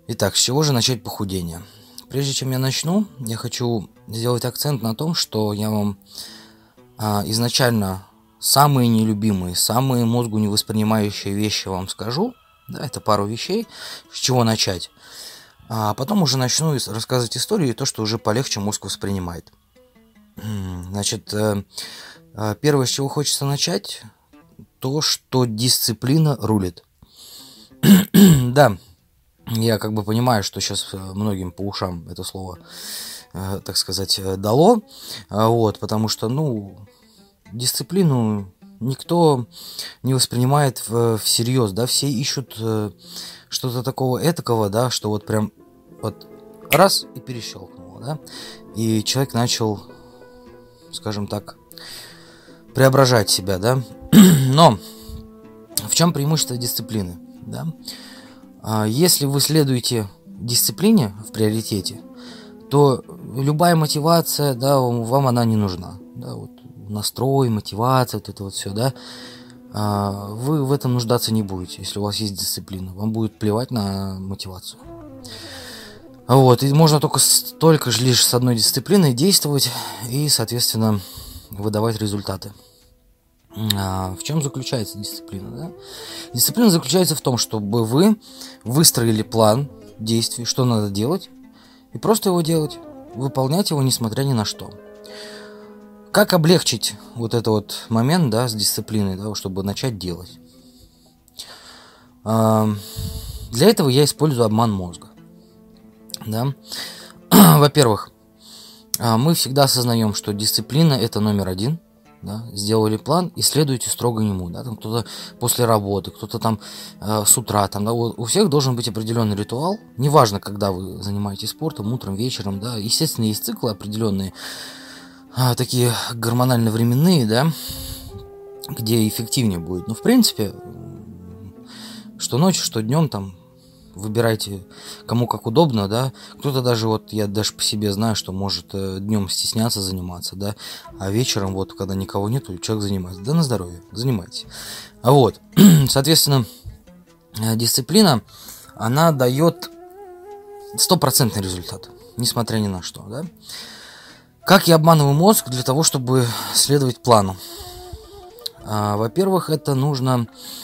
Итак, с чего же начать похудение? Прежде чем я начну, я хочу сделать акцент на том, что я вам изначально самые нелюбимые, самые мозгу невоспринимающие вещи вам скажу. Да, это пару вещей, с чего начать. А потом уже начну рассказывать историю и то, что уже полегче мозг воспринимает. Значит, первое, с чего хочется начать, то, что дисциплина рулит. Да, я как бы понимаю, что сейчас многим по ушам это слово, так сказать, дало. Вот, потому что, дисциплину никто не воспринимает всерьез, да, все ищут что-то такого этакого, да, что вот прям вот раз и перещелкнуло, да, и человек начал, скажем так, преображать себя, да. Но в чем преимущество дисциплины, да? Если вы следуете дисциплине в приоритете, то любая мотивация, да, вам она не нужна, да, вот настрой, мотивация, вот это вот все, да, вы в этом нуждаться не будете, если у вас есть дисциплина, вам будет плевать на мотивацию. Вот, и можно только лишь с одной дисциплиной действовать и, соответственно, выдавать результаты. В чем заключается дисциплина? Да? Дисциплина заключается в том, чтобы вы выстроили план действий, что надо делать, и просто его делать, выполнять его, несмотря ни на что. Как облегчить вот этот вот момент, да, с дисциплиной, да, чтобы начать делать? Для этого я использую обман мозга. Да? Во-первых, мы всегда осознаем, что дисциплина – это номер один. Да, сделали план и следуйте строго ему, да, там кто-то после работы, кто-то там с утра, там, да, у всех должен быть определенный ритуал, неважно, когда вы занимаетесь спортом, утром, вечером, да, естественно, есть циклы определенные, такие гормонально-временные, да, где эффективнее будет, но в принципе, что ночью, что днем, там, выбирайте кому как удобно, да. Кто-то даже, вот я даже по себе знаю, что может днем стесняться заниматься, да, а вечером, вот, когда никого нету, человек занимается. Да на здоровье, занимайтесь. Вот, соответственно, дисциплина, она дает стопроцентный результат, несмотря ни на что, да. Как я обманываю мозг для того, чтобы следовать плану? Во-первых, это нужно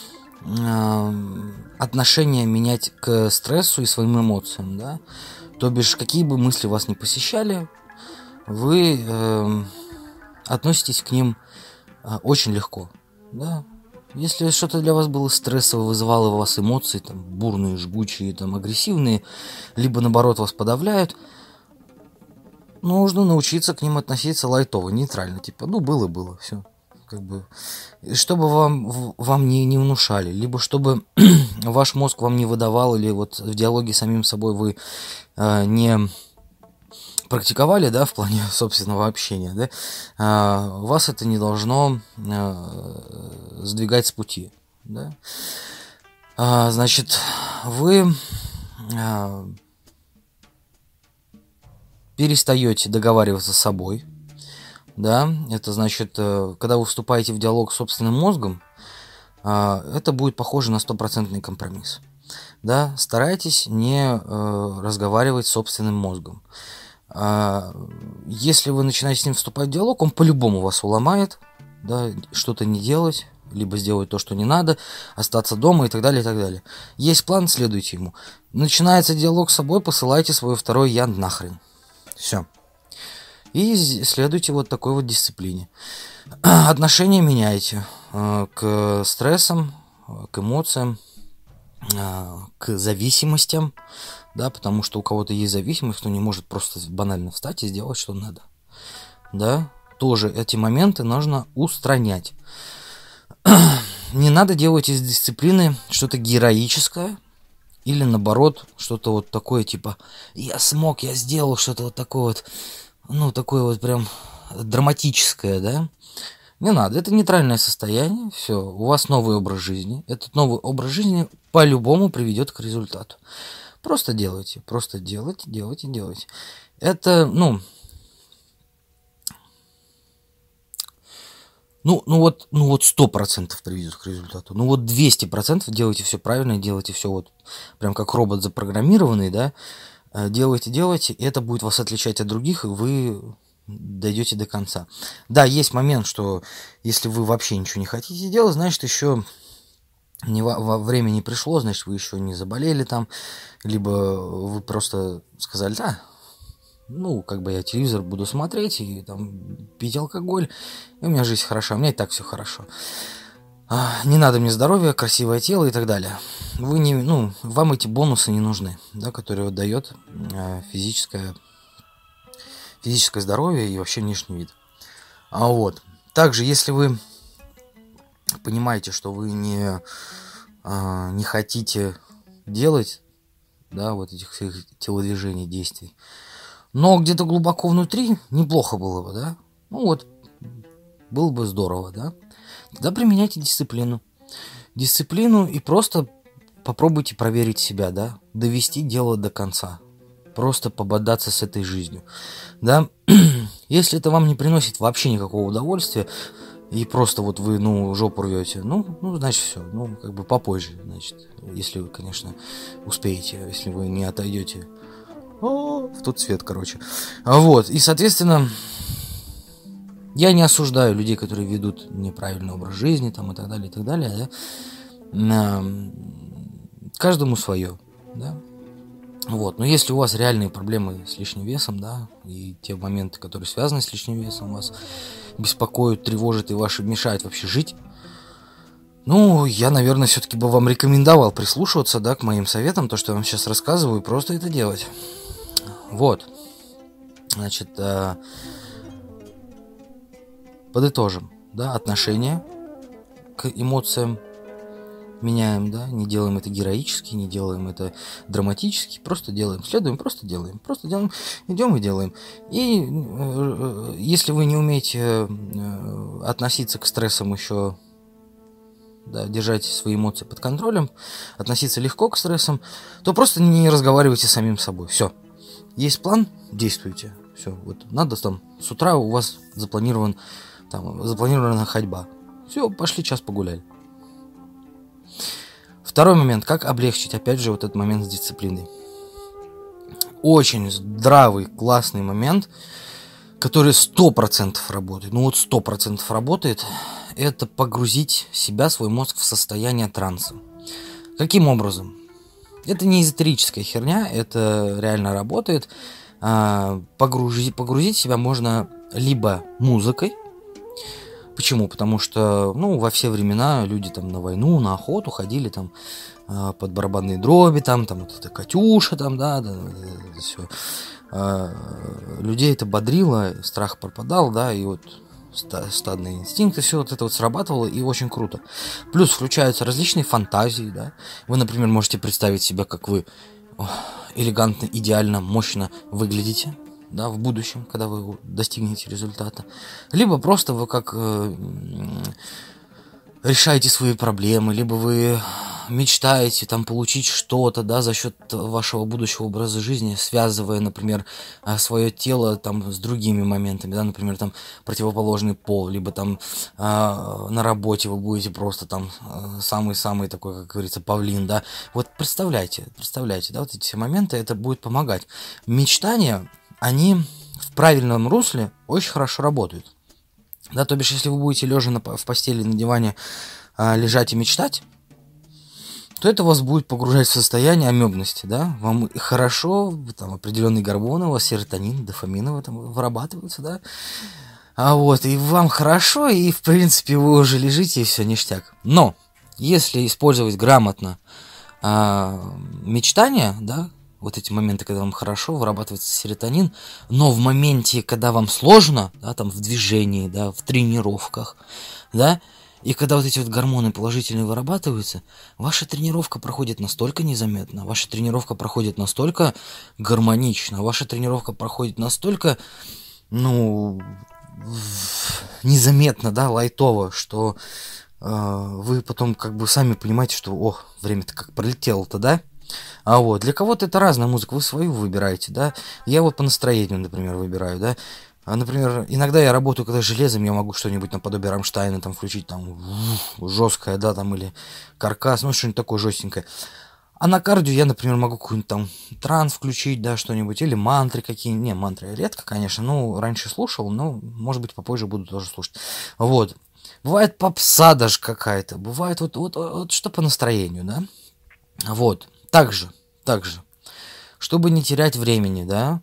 отношение менять к стрессу и своим эмоциям, да, то бишь какие бы мысли вас не посещали, вы относитесь к ним очень легко, да. Если что-то для вас было стрессовое, вызывало у вас эмоции, там, бурные, жгучие, там, агрессивные, либо наоборот вас подавляют, нужно научиться к ним относиться лайтово, нейтрально, типа, было, все. Как бы, чтобы вам не внушали, либо чтобы ваш мозг вам не выдавал, или вот в диалоге с самим собой вы не практиковали, да, в плане собственного общения, да, вас это не должно сдвигать с пути, да. Значит, вы перестаете договариваться с собой. Да, это значит, когда вы вступаете в диалог с собственным мозгом, это будет похоже на стопроцентный компромисс. Да, старайтесь не разговаривать с собственным мозгом. Если вы начинаете с ним вступать в диалог, он по-любому вас уломает, да, что-то не делать, либо сделать то, что не надо, остаться дома и так далее, и так далее. Есть план, следуйте ему. Начинается диалог с собой, посылайте свое второе «я» нахрен. Все. И следуйте вот такой вот дисциплине. Отношения меняйте к стрессам, к эмоциям, к зависимостям, да, потому что у кого-то есть зависимость, кто не может просто банально встать и сделать, что надо. Да, тоже эти моменты нужно устранять. Не надо делать из дисциплины что-то героическое, или наоборот, что-то вот такое, типа, я смог, я сделал что-то вот такое вот, такое вот прям драматическое, да. Не надо, это нейтральное состояние, все, у вас новый образ жизни. Этот новый образ жизни по-любому приведет к результату. Просто делайте, просто делайте. Это, ну вот 100% приведет к результату. Ну вот 200% делайте все правильно, делайте все вот прям как робот запрограммированный, да, делайте, и это будет вас отличать от других, и вы дойдете до конца. Да, есть момент, что если вы вообще ничего не хотите делать, значит, еще во время не пришло, значит, вы еще не заболели там, либо вы просто сказали, да, ну, как бы я телевизор буду смотреть и там пить алкоголь, и у меня жизнь хороша, у меня и так все хорошо. Не надо мне здоровья, красивое тело и так далее. Вам эти бонусы не нужны, да, которые вот дает физическое здоровье и вообще внешний вид. Вот. Также, если вы понимаете, что вы не хотите делать, да, вот этих всех телодвижений, действий, но где-то глубоко внутри неплохо было бы, да, ну вот, было бы здорово, да, тогда применяйте дисциплину. Дисциплину и просто попробуйте проверить себя, да, довести дело до конца. Просто пободаться с этой жизнью, да. Если это вам не приносит вообще никакого удовольствия, и просто вот вы, жопу рвете, значит, все, как бы попозже, значит, если вы, конечно, успеете, если вы не отойдете в тот свет, короче. Вот, и, соответственно, я не осуждаю людей, которые ведут неправильный образ жизни, там, и так далее, да. Каждому свое, да. Вот, но если у вас реальные проблемы с лишним весом, да, и те моменты, которые связаны с лишним весом, вас беспокоят, тревожат и мешают вообще жить, я, наверное, все-таки бы вам рекомендовал прислушиваться, да, к моим советам, то, что я вам сейчас рассказываю, и просто это делать. Вот, значит, подытожим, да, отношение к эмоциям меняем, да, не делаем это героически, не делаем это драматически, просто делаем, просто делаем, идем и делаем. И если вы не умеете относиться к стрессам еще, да, держать свои эмоции под контролем, относиться легко к стрессам, то просто не разговаривайте с самим собой. Все. Есть план, действуйте. Все. Вот надо там с утра у вас запланирована ходьба. Все, пошли час погуляли. Второй момент, как облегчить, опять же, вот этот момент с дисциплиной. Очень здравый, классный момент, который 100% работает, 100% работает, это погрузить себя, свой мозг в состояние транса. Каким образом? Это не эзотерическая херня, это реально работает. Погрузить себя можно либо музыкой. Почему? Потому что, во все времена люди там на войну, на охоту ходили там под барабанные дроби, там вот это Катюша, там, да, все. Людей это бодрило, страх пропадал, да, и вот стадные инстинкты, все вот это вот срабатывало, и очень круто. Плюс включаются различные фантазии, да. Вы, например, можете представить себя, как вы элегантно, идеально, мощно выглядите, да, в будущем, когда вы достигнете результата. Либо просто вы как решаете свои проблемы, либо вы мечтаете там получить что-то, да, за счет вашего будущего образа жизни, связывая, например, свое тело там с другими моментами, да, например, там противоположный пол, либо там на работе вы будете просто там самый-самый такой, как говорится, павлин, да. Вот представляйте, да, вот эти все моменты, это будет помогать. Мечтания, они в правильном русле очень хорошо работают. Да, то бишь, если вы будете лежа в постели на диване лежать и мечтать, то это вас будет погружать в состояние амебности, да, вам хорошо, там определенные гормоны, у вас серотонин, дофамин там вырабатываются, да, и вам хорошо, и в принципе вы уже лежите, и все, ништяк. Но, если использовать грамотно мечтания, да, вот эти моменты, когда вам хорошо, вырабатывается серотонин, но в моменте, когда вам сложно, да, там в движении, да, в тренировках, да, и когда вот эти вот гормоны положительные вырабатываются, ваша тренировка проходит настолько незаметно, ваша тренировка проходит настолько гармонично, ваша тренировка проходит настолько, незаметно, да, лайтово, что вы потом как бы сами понимаете, что, время-то как пролетело-то, да? Для кого-то это разная музыка, вы свою выбираете, да? Я вот по настроению, например, выбираю, да? Например, иногда я работаю, когда с железом, я могу что-нибудь наподобие Рамштайна там включить, там, жесткое, да, там, или каркас, ну, что-нибудь такое жестенькое. А на кардио я, например, могу какой-нибудь там транс включить, да, что-нибудь, или мантры какие-нибудь. Не, мантры редко, конечно, ну, раньше слушал, но, может быть, попозже буду тоже слушать. Вот. Бывает попса даже какая-то, бывает вот что по настроению, да. Вот. Также, чтобы не терять времени, да,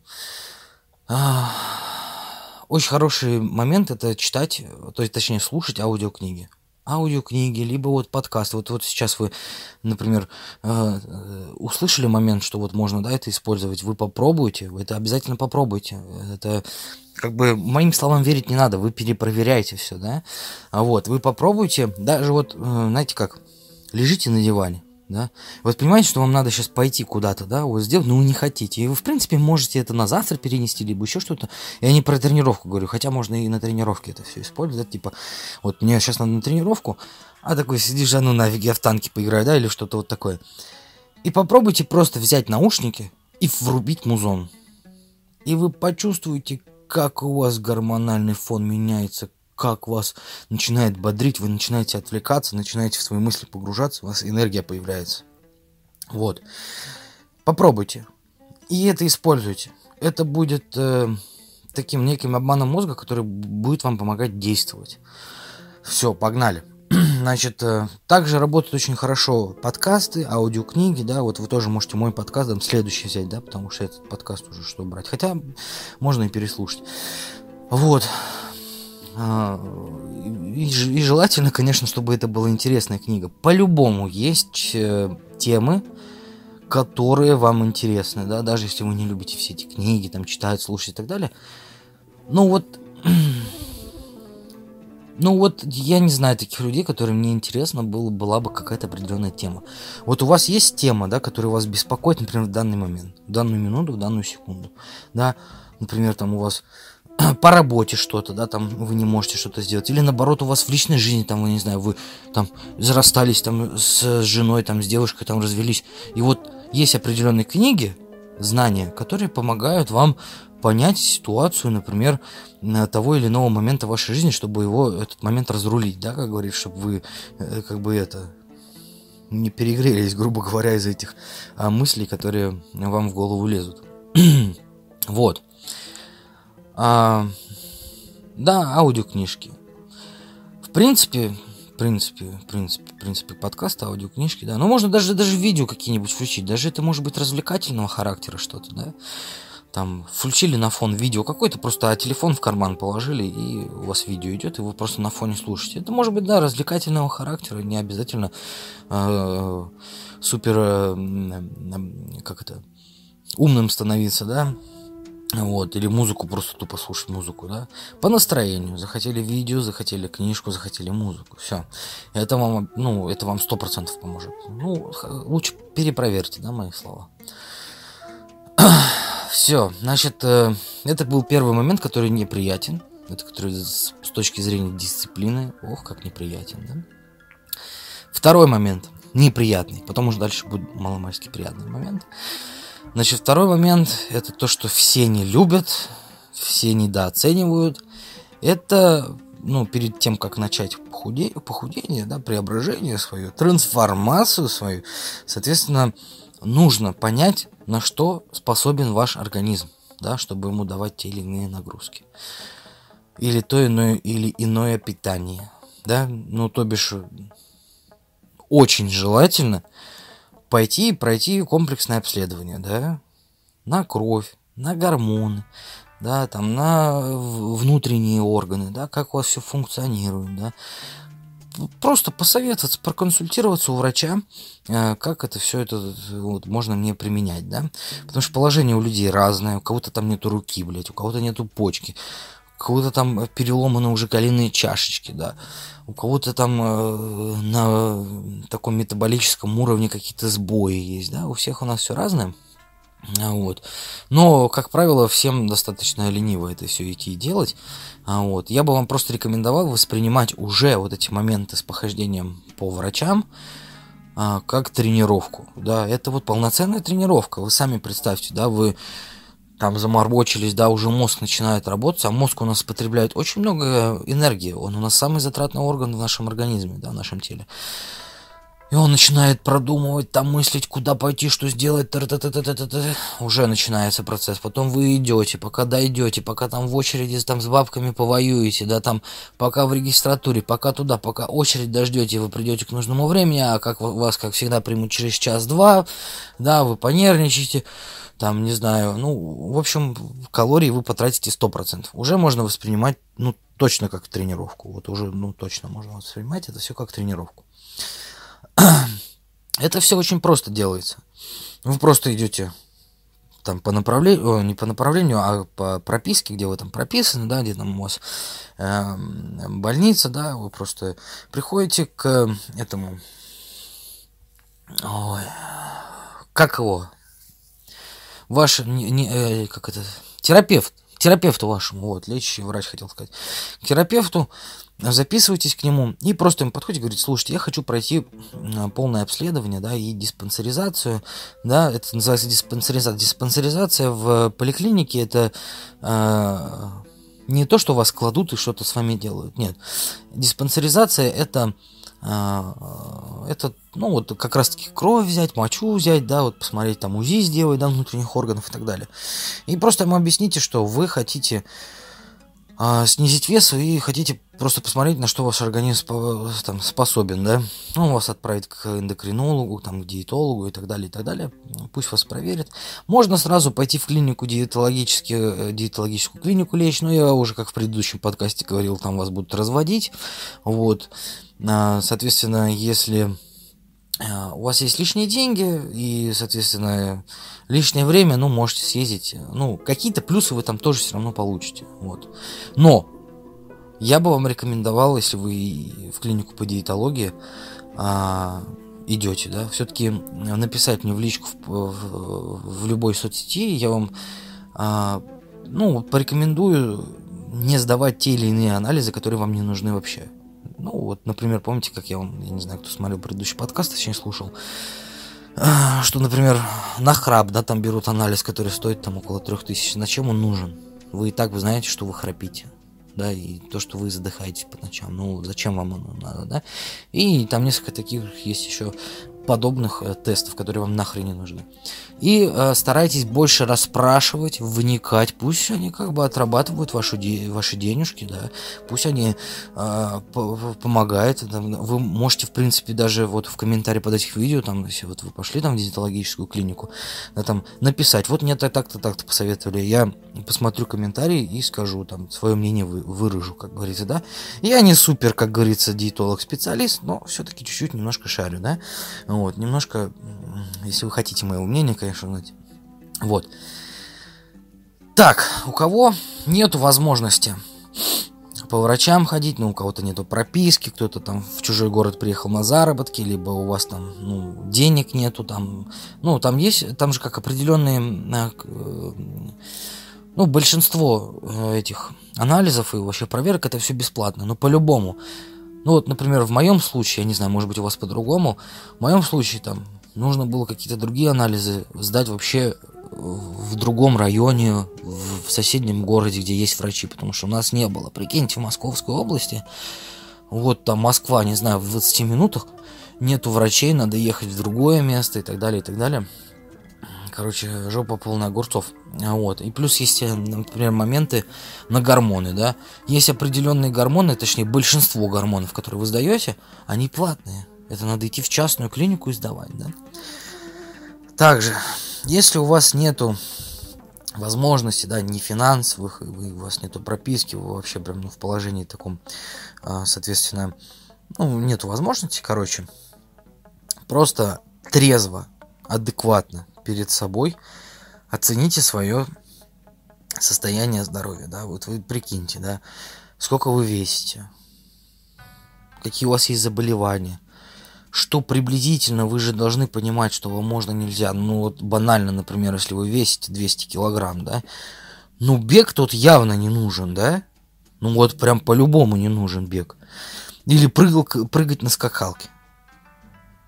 очень хороший момент это читать, то есть, точнее, слушать аудиокниги. Аудиокниги, либо вот подкасты. Вот сейчас вы, например, услышали момент, что вот можно, да, это использовать. Вы попробуйте, вы это обязательно попробуйте. Это как бы моим словам верить не надо, вы перепроверяете все, да. Вот, вы попробуйте, даже вот, знаете как, лежите на диване. Да? Вот понимаете, что вам надо сейчас пойти куда-то, да, вот сделать, но вы не хотите. И вы, в принципе, можете это на завтра перенести, либо еще что-то. Я не про тренировку говорю, хотя можно и на тренировке это все использовать. Да? Типа, вот мне сейчас надо на тренировку, а такой сидишь, а ну нафиг, я в танки поиграю, да, или что-то вот такое. И попробуйте просто взять наушники и врубить музон. И вы почувствуете, как у вас гормональный фон меняется, как вас начинает бодрить, вы начинаете отвлекаться, начинаете в свои мысли погружаться, у вас энергия появляется. Вот. Попробуйте. И это используйте. Это будет таким неким обманом мозга, который будет вам помогать действовать. Все, погнали. Значит, также работают очень хорошо подкасты, аудиокниги, да, вот вы тоже можете мой подкаст там следующий взять, да, потому что этот подкаст уже что брать, хотя можно и переслушать. Вот. И желательно, конечно, чтобы это была интересная книга. По-любому есть темы, которые вам интересны, да, даже если вы не любите все эти книги, там, читать, слушать и так далее. Ну вот я не знаю таких людей, которым мне интересно была бы какая-то определенная тема. Вот у вас есть тема, да, которая вас беспокоит, например, в данный момент, в данную минуту, в данную секунду, да, например, там у вас по работе что-то, да, там вы не можете что-то сделать, или наоборот у вас в личной жизни, там, вы не знаю, вы там зарастались там с женой, там, с девушкой, там, развелись, и вот есть определенные книги, знания, которые помогают вам понять ситуацию, например, того или иного момента в вашей жизни, чтобы этот момент разрулить, да, как говорится, чтобы вы как бы это не перегрелись, грубо говоря, из этих мыслей, которые вам в голову лезут. Вот. Да, аудиокнижки. В принципе, подкасты, аудиокнижки, да. Но можно даже видео какие-нибудь включить. Даже это может быть развлекательного характера что-то, да. Там включили на фон видео какой-то, просто телефон в карман положили, и у вас видео идет, и вы просто на фоне слушаете. Это может быть, да, развлекательного характера, не обязательно супер, умным становиться, да. Вот, или музыку, просто тупо слушать музыку, да, по настроению. Захотели видео, захотели книжку, захотели музыку. Все. Это вам 100% поможет. Ну, лучше перепроверьте, да, мои слова. Все, значит, это был первый момент, который неприятен. Это который с точки зрения дисциплины, как неприятен, да. Второй момент, неприятный, потом уже дальше будет маломальски приятный момент. Значит, второй момент, это то, что все не любят, все недооценивают. Это, перед тем, как начать похудение, да, преображение свое, трансформацию свою, соответственно, нужно понять, на что способен ваш организм, да, чтобы ему давать те или иные нагрузки. Или то иное, или иное питание, да, то бишь, очень желательно пойти и пройти комплексное обследование, да, на кровь, на гормоны, да, там, на внутренние органы, да, как у вас все функционирует, да. Просто посоветоваться, проконсультироваться у врача, как это все это можно мне применять, да. Потому что положение у людей разное, у кого-то там нету руки, блядь, у кого-то нету почки, у кого-то там переломаны уже коленные чашечки, да, у кого-то там на таком метаболическом уровне какие-то сбои есть, да, у всех у нас все разное. Вот. Но, как правило, всем достаточно лениво это все идти и делать. Вот. Я бы вам просто рекомендовал воспринимать уже вот эти моменты с похождением по врачам как тренировку. Да, это вот полноценная тренировка. Вы сами представьте, да, вы там заморочились, да, уже мозг начинает работать, а мозг у нас потребляет очень много энергии, он у нас самый затратный орган в нашем организме, да, в нашем теле. И он начинает продумывать, там мыслить, куда пойти, что сделать, уже начинается процесс. Потом вы идете, пока дойдете, пока там в очереди там с бабками повоюете, да, там, пока в регистратуре, пока туда, пока очередь дождете, вы придете к нужному времени, а как вас, как всегда, примут через час-два, да, вы понервничаете, там, не знаю, ну, в общем, калорий вы потратите 100%. Уже можно воспринимать, ну, точно как тренировку. Вот уже, ну, точно можно воспринимать это все как тренировку. Это все очень просто делается. Вы просто идете там по направлению, не по направлению, а по прописке, где вы там прописаны, да, где там у вас больница, да, вы просто приходите к этому, ой, как его, ваш, как это, терапевту вашему, вот, лечащий врач хотел сказать, к терапевту, записывайтесь к нему и просто им подходите и говорите: слушайте, я хочу пройти полное обследование, да, и диспансеризацию, да, это называется диспансеризация. Диспансеризация в поликлинике это не то, что вас кладут и что-то с вами делают, нет. Диспансеризация это, ну, вот как раз-таки кровь взять, мочу взять, да, вот посмотреть, там УЗИ сделать, да, внутренних органов и так далее. И просто ему объясните, что вы хотите снизить вес и хотите просто посмотреть, на что ваш организм там способен, да. Он вас отправит к эндокринологу, там, к диетологу и так далее, и так далее. Пусть вас проверят. Можно сразу пойти в клинику диетологическую клинику лечь, но я уже, как в предыдущем подкасте говорил, там вас будут разводить. Вот. Соответственно, если у вас есть лишние деньги и, соответственно, лишнее время, ну, можете съездить. Ну, какие-то плюсы вы там тоже все равно получите. Вот. Но я бы вам рекомендовал, если вы в клинику по диетологии идете, да, все-таки написать мне в личку в любой соцсети, я вам порекомендую не сдавать те или иные анализы, которые вам не нужны вообще. Ну, вот, например, помните, как я не знаю, кто смотрел предыдущий подкаст, точнее слушал, что, например, на храп, да, там берут анализ, который стоит там около 3000. Зачем он нужен? Вы и так вы знаете, что вы храпите, да, и то, что вы задыхаетесь по ночам. Ну, зачем вам оно надо, да? И там несколько таких есть еще подобных тестов, которые вам нахрен не нужны. И старайтесь больше расспрашивать, вникать. Пусть они как бы отрабатывают ваши денежки, да. Пусть они помогают. Вы можете, в принципе, даже вот в комментарии под этих видео, там, если вот вы пошли там в диетологическую клинику, да, там написать: вот мне так-то, так-то посоветовали. Я посмотрю комментарии и скажу, там, свое мнение выражу, как говорится, да. Я не супер, как говорится, диетолог-специалист, но все-таки чуть-чуть немножко шарю, да. Вот, немножко, если вы хотите моего мнения, конечно, знать. Вот. Так, у кого нету возможности по врачам ходить, ну, у кого-то нету прописки, кто-то там в чужой город приехал на заработки, либо у вас там, ну, денег нету, там, ну, там есть, там же как определенные, ну, большинство этих анализов и вообще проверок, это все бесплатно, но по-любому. Ну вот, например, в моем случае, я не знаю, может быть у вас по-другому, в моем случае там нужно было какие-то другие анализы сдать вообще в другом районе, в соседнем городе, где есть врачи, потому что у нас не было. Прикиньте, в Московской области, вот там Москва, не знаю, в 20 минутах нету врачей, надо ехать в другое место и так далее, и так далее. Короче, жопа полная огурцов. Вот. И плюс есть, например, моменты на гормоны, да. Есть определенные гормоны, точнее, большинство гормонов, которые вы сдаете, они платные. Это надо идти в частную клинику и сдавать, да. Также, если у вас нету возможности, да, не финансовых, у вас нету прописки, вы вообще прям в положении таком, соответственно, ну, нету возможности, короче, просто трезво, адекватно перед собой оцените свое состояние здоровья, да, вот вы прикиньте, да, сколько вы весите, какие у вас есть заболевания, что приблизительно вы же должны понимать, что вам можно, нельзя. Ну вот банально, например, если вы весите 200 килограмм, да, ну бег тут явно не нужен, да, ну вот прям по-любому не нужен бег, или прыгать на скакалке.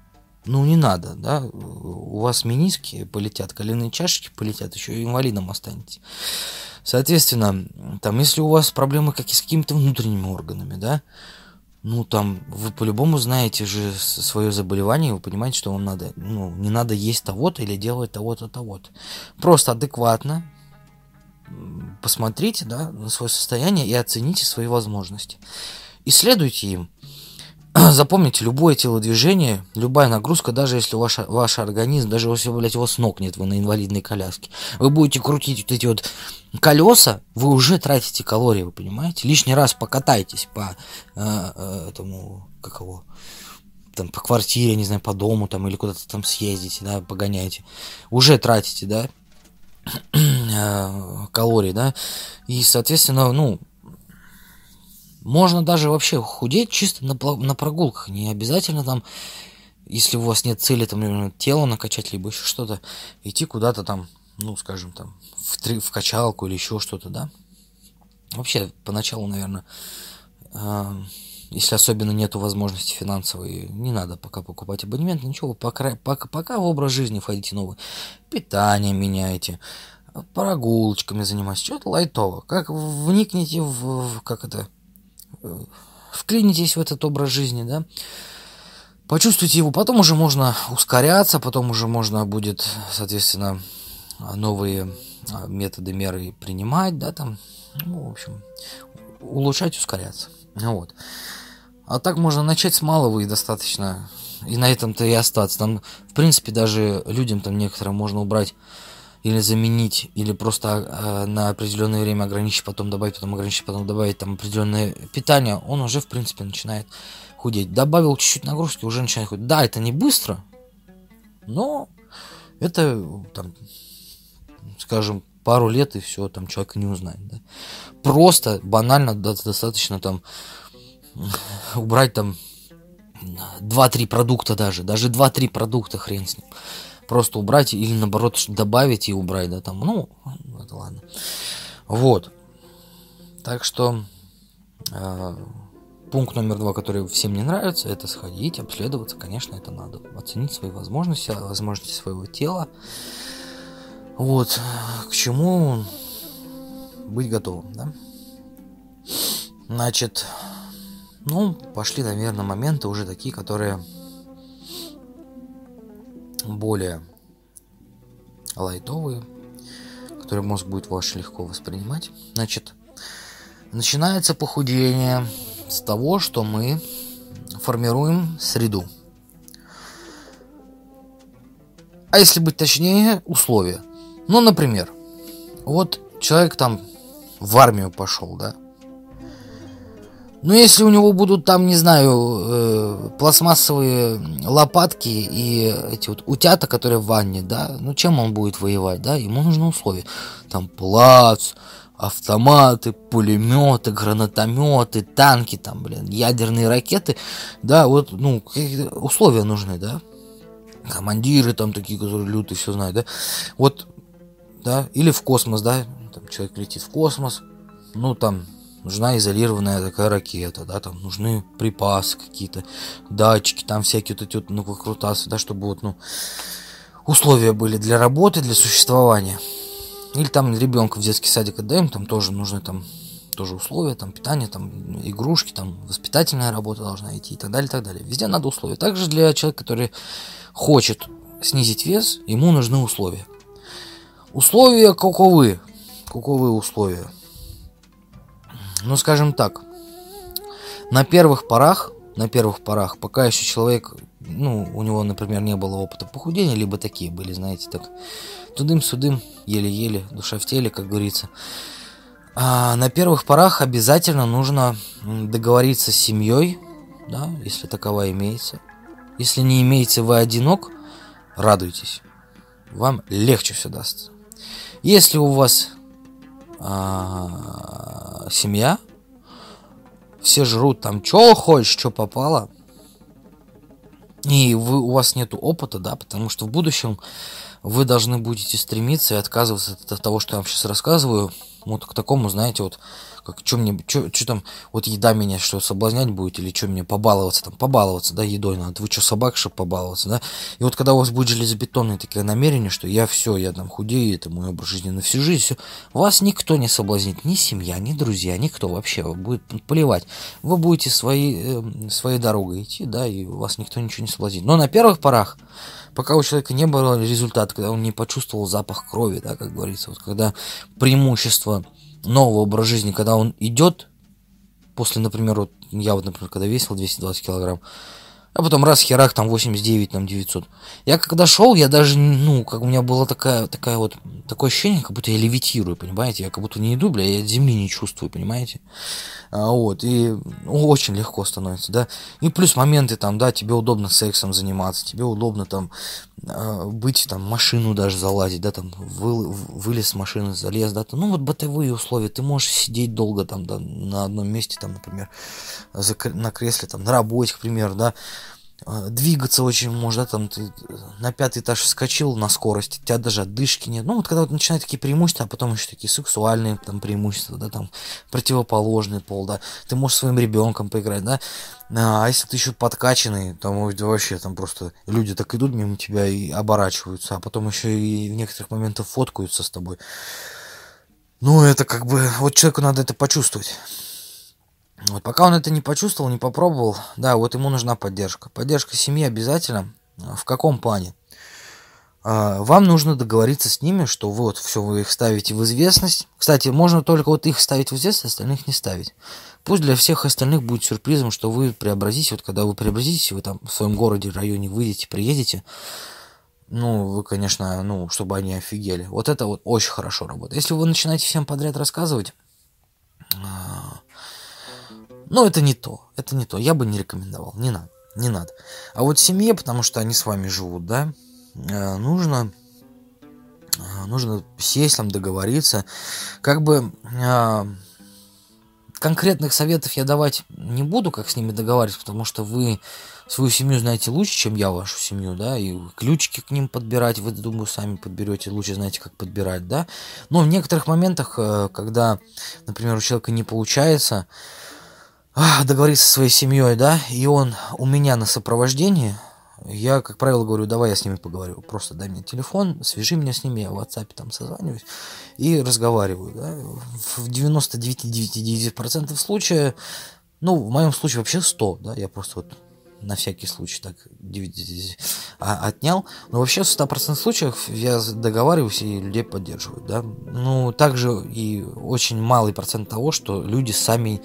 Ну, не надо, да, у вас мениски полетят, коленные чашечки полетят, еще и инвалидом останетесь. Соответственно, там, если у вас проблемы с какими-то внутренними органами, да, ну, там, вы по-любому знаете же свое заболевание, вы понимаете, что вам надо, ну, не надо есть того-то или делать того-то, того-то. Просто адекватно посмотрите, да, на свое состояние и оцените свои возможности. Исследуйте им. Запомните, любое телодвижение, любая нагрузка, даже если ваш организм, даже если, блядь, у вас ног нет, вы на инвалидной коляске, вы будете крутить вот эти вот колеса, вы уже тратите калории, вы понимаете? Лишний раз покатайтесь по этому, каково, там, по квартире, не знаю, по дому, там, или куда-то там съездите, да, погоняйте. Уже тратите, да, калорий, да, и, соответственно, ну, можно даже вообще худеть чисто на прогулках. Не обязательно там, если у вас нет цели, там, например, тело накачать, либо еще что-то, идти куда-то там, ну, скажем, там, в качалку или еще что-то, да. Вообще, поначалу, наверное, если особенно нету возможности финансовой, не надо пока покупать абонемент, ничего, пока в образ жизни входите новый. Питание меняйте, прогулочками занимайтесь, что-то лайтово. Как вникните вклинитесь в этот образ жизни, да, почувствуйте его, потом уже можно ускоряться, потом уже можно будет, соответственно, новые методы, меры принимать, да, там, ну, в общем, улучшать, ускоряться, вот. А так можно начать с малого и достаточно, и на этом-то и остаться. Там, в принципе, даже людям там некоторым можно убрать или заменить, или просто на определенное время ограничить, потом добавить, потом ограничить, потом добавить там определенное питание, он уже, в принципе, начинает худеть. Добавил чуть-чуть нагрузки, уже начинает худеть. Да, это не быстро, но это, там, скажем, пару лет, и все, там человек не узнает. Да? Просто, банально, достаточно там убрать там 2-3 продукта даже 2-3 продукта, хрен с ним. Просто убрать или наоборот добавить и убрать, да, там, ну, это ладно. Вот. Так что пункт номер 2, который всем не нравится, это сходить, обследоваться, конечно, это надо. Оценить свои возможности, возможности своего тела. Вот. К чему быть готовым, да? Значит, ну, пошли, наверное, моменты уже такие, которые более лайтовые, которые мозг будет ваш легко воспринимать. Значит, начинается похудение с того, что мы формируем среду. А если быть точнее, условия. Ну, например, вот человек там в армию пошел, да. Ну, если у него будут там, не знаю, пластмассовые лопатки и эти вот утята, которые в ванне, да, ну, чем он будет воевать, да, ему нужны условия. Там плац, автоматы, пулеметы, гранатометы, танки, там, блин, ядерные ракеты, да, вот, ну, какие-то условия нужны, да. Командиры там такие, которые лютые, все знают, да. Вот, да, или в космос, да, там человек летит в космос, ну, там нужна изолированная такая ракета, да, там нужны припасы какие-то, датчики, там всякие вот эти вот, ну, выкрутасы, да, чтобы вот, ну, условия были для работы, для существования. Или там ребенка в детский садик отдаем, там тоже нужны там тоже условия, там питание, там игрушки, там воспитательная работа должна идти и так далее, и так далее. Везде надо условия. Также для человека, который хочет снизить вес, ему нужны условия. Условия каковы? Каковы условия? Ну, скажем так, на первых порах, пока еще человек, ну, у него, например, не было опыта похудения, либо такие были, знаете, так, тудым-судым, еле-еле, душа в теле, как говорится. А на первых порах обязательно нужно договориться с семьей, да, если таковая имеется. Если не имеете, вы одинок, радуйтесь, вам легче все дастся. Если у вас семья, все жрут там, что хочешь, что попало, и у вас нету опыта, да, потому что в будущем вы должны будете стремиться и отказываться от того, что я вам сейчас рассказываю, Вот к такому, знаете, вот, как, что там, вот еда меня, что, соблазнять будет, или что мне побаловаться, да, едой надо, вы что, собак, чтобы побаловаться, да, и вот когда у вас будет железобетонные такие намерения, что я там худею, это мой образ жизни на всю жизнь, все, вас никто не соблазнит, ни семья, ни друзья, никто вообще, будет плевать, вы будете своей дорогой идти, да, и вас никто ничего не соблазнит, но на первых порах, пока у человека не было результата, когда он не почувствовал запах крови, да, как говорится, вот когда преимущество нового образа жизни, когда он идет после, например, вот я вот, например, когда весил 220 килограмм, а потом раз херах, там 89, там 900. Я когда шел, я даже, ну, как у меня было такое ощущение, как будто я левитирую, понимаете? Я как будто не иду, бля, я от земли не чувствую, понимаете? Вот, и очень легко становится, да. И плюс моменты там, да, тебе удобно сексом заниматься, тебе удобно там быть, там, машину даже залазить, да, там, вылез с машины, залез, да, ну, вот бытовые условия, ты можешь сидеть долго там, да, на одном месте, там, например, на кресле, там, на работе, к примеру, да, двигаться очень можно, да, там ты на 5-й этаж вскочил на скорости, у тебя даже отдышки нет. Ну, вот когда вот начинают такие преимущества, а потом еще такие сексуальные там преимущества, да, там противоположный пол, да, ты можешь своим ребенком поиграть, да, а если ты еще подкачанный, там вообще там просто люди так идут мимо тебя и оборачиваются, а потом еще и в некоторых моментах фоткаются с тобой. Ну, это как бы, вот человеку надо это почувствовать. Вот пока он это не почувствовал, не попробовал, да, вот ему нужна поддержка. Поддержка семьи обязательно. В каком плане? Вам нужно договориться с ними, что вот все, вы их ставите в известность. Кстати, можно только вот их ставить в известность, остальных не ставить. Пусть для всех остальных будет сюрпризом, что вы преобразите. Вот когда вы преобразитесь, вы там в своем городе, районе выйдете, приедете. Ну, вы, конечно, ну, чтобы они офигели. Вот это вот очень хорошо работает. Если вы начинаете всем подряд рассказывать, ну, это не то, я бы не рекомендовал, не надо. А вот семье, потому что они с вами живут, да, нужно сесть, там, договориться, как бы конкретных советов я давать не буду, как с ними договариваться, потому что вы свою семью знаете лучше, чем я вашу семью, да, и ключики к ним подбирать, вы, думаю, сами подберете, лучше знаете, как подбирать, да, но в некоторых моментах, когда, например, у человека не получается договориться со своей семьей, да, и он у меня на сопровождении, я, как правило, говорю, давай я с ними поговорю, просто дай мне телефон, свяжи меня с ними, я в WhatsApp там созваниваюсь и разговариваю, да, в 99,9% случаев, ну, в моем случае вообще 100, да, я просто вот на всякий случай так отнял, но вообще в 100% случаев я договариваюсь и людей поддерживаю, да, ну, также и очень малый процент того, что люди сами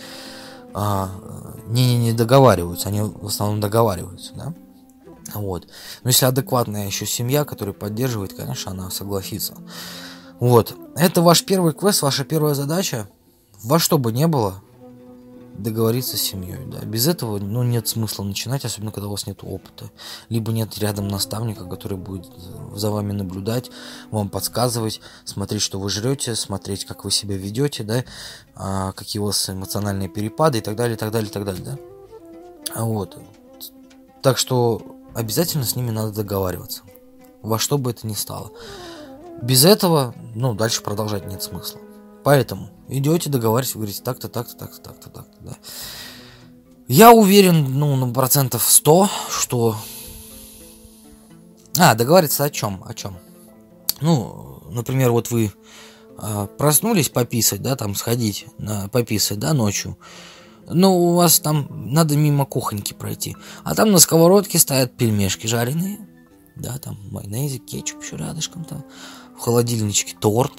не договариваются, они в основном договариваются, да, вот. Но если адекватная еще семья, которая поддерживает, конечно, она согласится. Вот. Это ваш первый квест, ваша первая задача. Во что бы ни было, договориться с семьей, да. Без этого, ну, нет смысла начинать, особенно когда у вас нет опыта. Либо нет рядом наставника, который будет за вами наблюдать, вам подсказывать, смотреть, что вы жрете, смотреть, как вы себя ведете, да, какие у вас эмоциональные перепады и так далее, и так далее, и так далее, да. Вот. Так что обязательно с ними надо договариваться. Во что бы это ни стало. Без этого, ну, дальше продолжать нет смысла. Поэтому идете, договариваетесь, говорите так-то, так-то, так-то, так-то, так-то, да. Я уверен, ну, на 100%, что... договариваться о чем? О чем? Ну, например, вот вы проснулись пописать, да, там сходить пописать, да, ночью. Ну, у вас там надо мимо кухоньки пройти. А там на сковородке стоят пельмешки жареные. Да, там майонезик, кетчуп еще рядышком там. В холодильничке торт.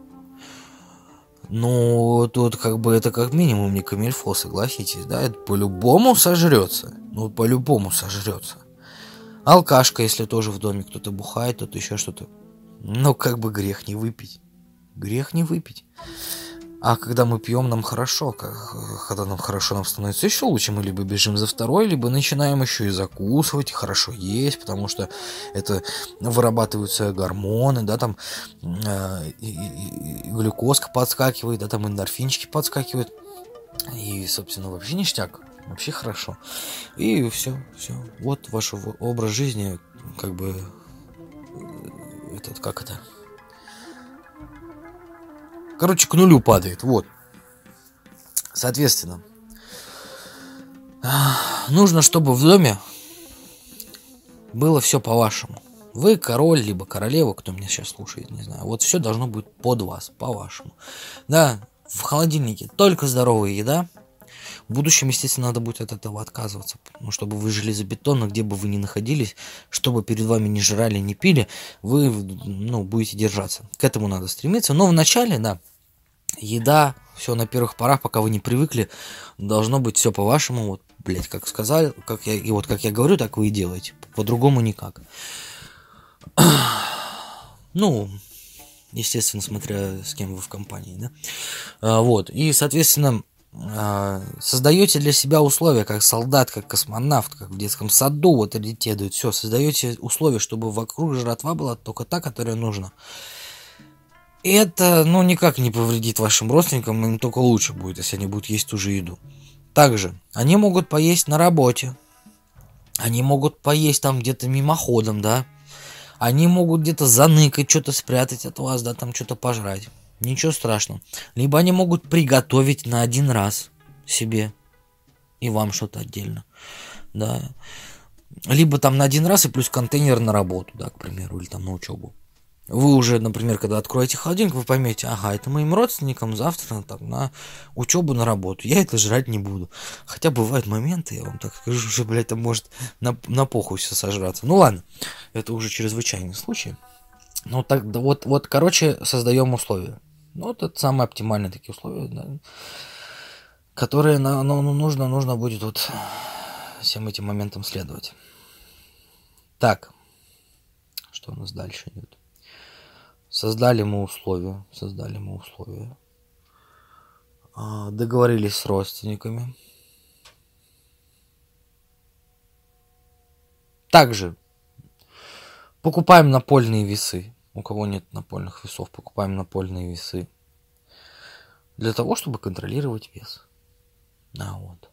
Ну, тут как бы это как минимум не камильфо, согласитесь, да? Это по-любому сожрется. Ну, по-любому сожрется. Алкашка, если тоже в доме кто-то бухает, кто-то еще что-то. Ну, как бы грех не выпить. Грех не выпить. А когда мы пьем, нам хорошо. Когда нам хорошо, нам становится еще лучше. Мы либо бежим за второй, либо начинаем еще и закусывать, и хорошо есть, потому что это вырабатываются гормоны, да, там и глюкозка подскакивает, да, там эндорфинчики подскакивают. И, собственно, вообще ништяк. Вообще хорошо. И все. Вот ваш образ жизни, как бы, короче, к нулю падает, вот. Соответственно, нужно, чтобы в доме было все по-вашему. Вы король, либо королева, кто меня сейчас слушает, не знаю. Вот все должно быть под вас, по-вашему. Да, в холодильнике только здоровая еда. В будущем, естественно, надо будет от этого отказываться. Ну, чтобы вы железобетонно, где бы вы ни находились, чтобы перед вами не жрали, не пили, вы, ну, будете держаться. К этому надо стремиться. Но вначале, да, еда, все на первых порах, пока вы не привыкли, должно быть все по-вашему. Вот, блять, как сказал, как я говорю, так вы и делаете. По-другому никак. Ну, естественно, смотря с кем вы в компании, да. Вот, и, соответственно, создаете для себя условия, как солдат, как космонавт, как в детском саду, вот детей дают, все, создаете условия, чтобы вокруг жратва была только та, которая нужна. И это, ну, никак не повредит вашим родственникам, им только лучше будет, если они будут есть ту же еду. Также, они могут поесть на работе, они могут поесть там где-то мимоходом, да, они могут где-то заныкать, что-то спрятать от вас, да, там что-то пожрать. Ничего страшного. Либо они могут приготовить на один раз себе и вам что-то отдельно, да. Либо там на один раз и плюс контейнер на работу, да, к примеру, или там на учебу. Вы уже, например, когда откроете холодильник, вы поймете, ага, это моим родственникам завтра там, на учебу, на работу. Я это жрать не буду. Хотя бывают моменты, я вам так скажу, что, блядь, там может на похуй все сожраться. Ну ладно, это уже чрезвычайный случай. Ну так, да, вот, короче, создаем условия. Ну, вот это самые оптимальные такие условия, да, которые нужно будет вот всем этим моментам следовать. Так, что у нас дальше идет? Создали мы условия. Договорились с родственниками. Также покупаем напольные весы. У кого нет напольных весов, покупаем напольные весы. Для того, чтобы контролировать вес. Вот.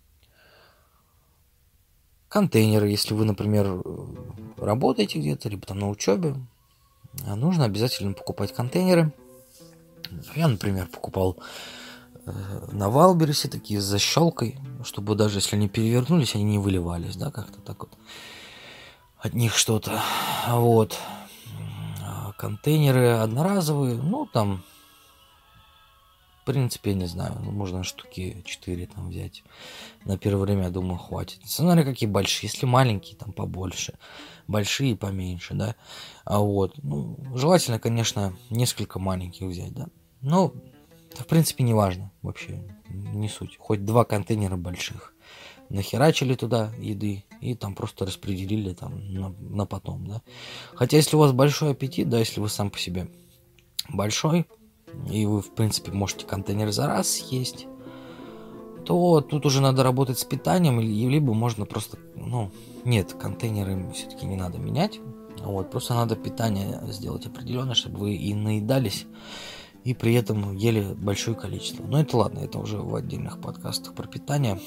Контейнеры, если вы, например, работаете где-то, либо там на учебе, нужно обязательно покупать контейнеры. Я, например, покупал на Валбересе такие с защелкой, чтобы даже если они перевернулись, они не выливались, да, как-то так вот. От них что-то. Вот. Контейнеры одноразовые, ну, там, в принципе, я не знаю, можно штуки 4 там взять. На первое время, я думаю, хватит. Смотря какие большие. Если маленькие, там побольше. Большие поменьше, да. Вот. Ну, желательно, конечно, несколько маленьких взять, да. Но, в принципе, не важно вообще. Не суть. Хоть 2 контейнера больших. Нахерачили туда еды и там просто распределили там на потом, да. Хотя, если у вас большой аппетит, да, если вы сам по себе большой, и вы, в принципе, можете контейнер за раз съесть, то тут уже надо работать с питанием, либо можно просто, ну, нет, контейнеры все-таки не надо менять, вот, просто надо питание сделать определенное, чтобы вы и наедались, и при этом ели большое количество. Но это ладно, это уже в отдельных подкастах про питание.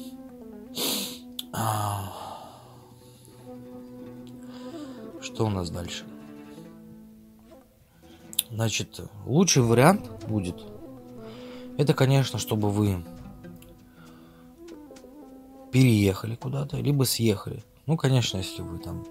Что у нас дальше? Значит, лучший вариант будет, это, конечно, чтобы вы переехали куда-то, либо съехали. Ну, конечно, если вы там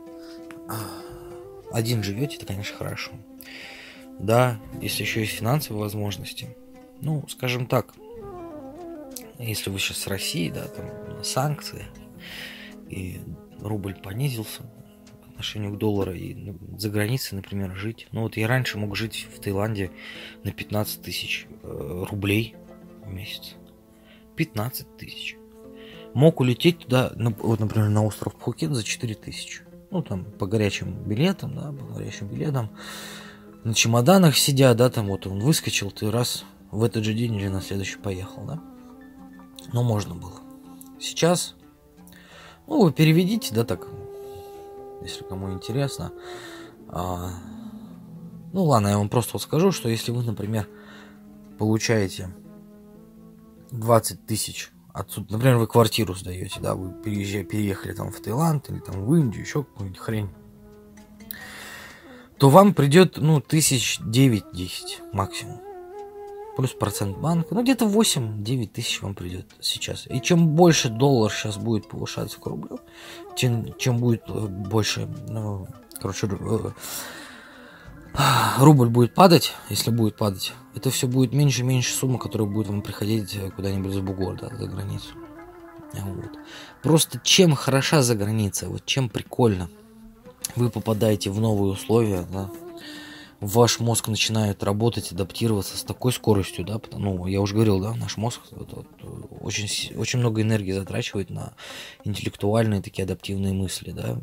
один живете, это, конечно, хорошо. Да, если еще есть финансовые возможности. Ну, скажем так, если вы сейчас с России, да, там санкции, и рубль понизился по отношению к доллару, и за границей, например, жить. Ну, вот я раньше мог жить в Таиланде на 15 тысяч рублей в месяц. 15 тысяч. Мог улететь туда, вот, например, на остров Пхукет за 4 тысячи. Ну, там, по горячим билетам, да, по горячим билетам. На чемоданах сидя, да, там вот он выскочил, ты раз в этот же день или на следующий поехал, да. Но можно было. Сейчас, ну, вы переведите, да, так, если кому интересно. Ну, ладно, я вам просто вот скажу, что если вы, например, получаете 20 тысяч отсюда, например, вы квартиру сдаете, да, вы переехали там в Таиланд или там в Индию, еще какую-нибудь хрень, то вам придет, ну, 9-10 максимум. плюс процент банка, ну где-то 8-9 тысяч вам придет сейчас. И чем больше доллар сейчас будет повышаться к рублю, чем будет больше, ну, короче, рубль будет падать, если будет падать, это все будет меньше и меньше сумма, которая будет вам приходить куда-нибудь за бугор, да, за границу. Вот. Просто чем хороша за граница, вот чем прикольно. Вы попадаете в новые условия, да, ваш мозг начинает работать, адаптироваться с такой скоростью, да, ну, я уже говорил, да, наш мозг очень много энергии затрачивает на интеллектуальные такие адаптивные мысли, да.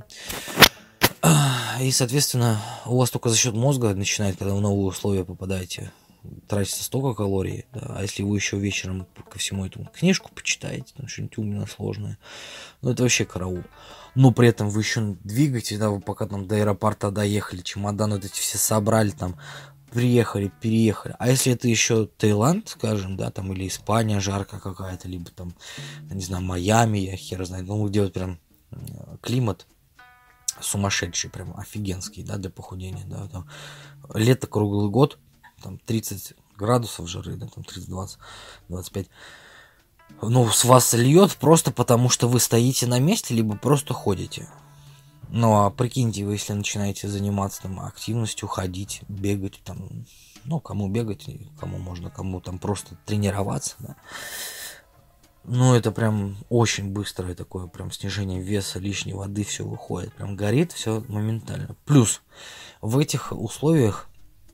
И, соответственно, у вас только за счет мозга начинает, когда в новые условия попадаете, тратится столько калорий, да, а если вы еще вечером ко всему этому книжку почитаете, там что-нибудь умное, сложное, ну это вообще караул. Но при этом вы еще двигаетесь, да, вы пока там до аэропорта доехали, чемоданы вот эти все собрали, там, приехали, переехали. А если это еще Таиланд, скажем, да, там, или Испания жарко какая-то, либо там, не знаю, Майами, я хер знает, ну где вот прям климат сумасшедший, прям офигенский, да, для похудения, да, там, лето круглый год, там 30 градусов жары, да, там 30, 20, 25. Ну, с вас льет просто потому, что вы стоите на месте, либо просто ходите. Ну, а прикиньте, вы если начинаете заниматься там активностью, ходить, бегать, там, ну, кому бегать, кому можно, кому там просто тренироваться, да. Ну, это прям очень быстрое такое, прям снижение веса, лишней воды, все выходит, прям горит, все моментально. Плюс в этих условиях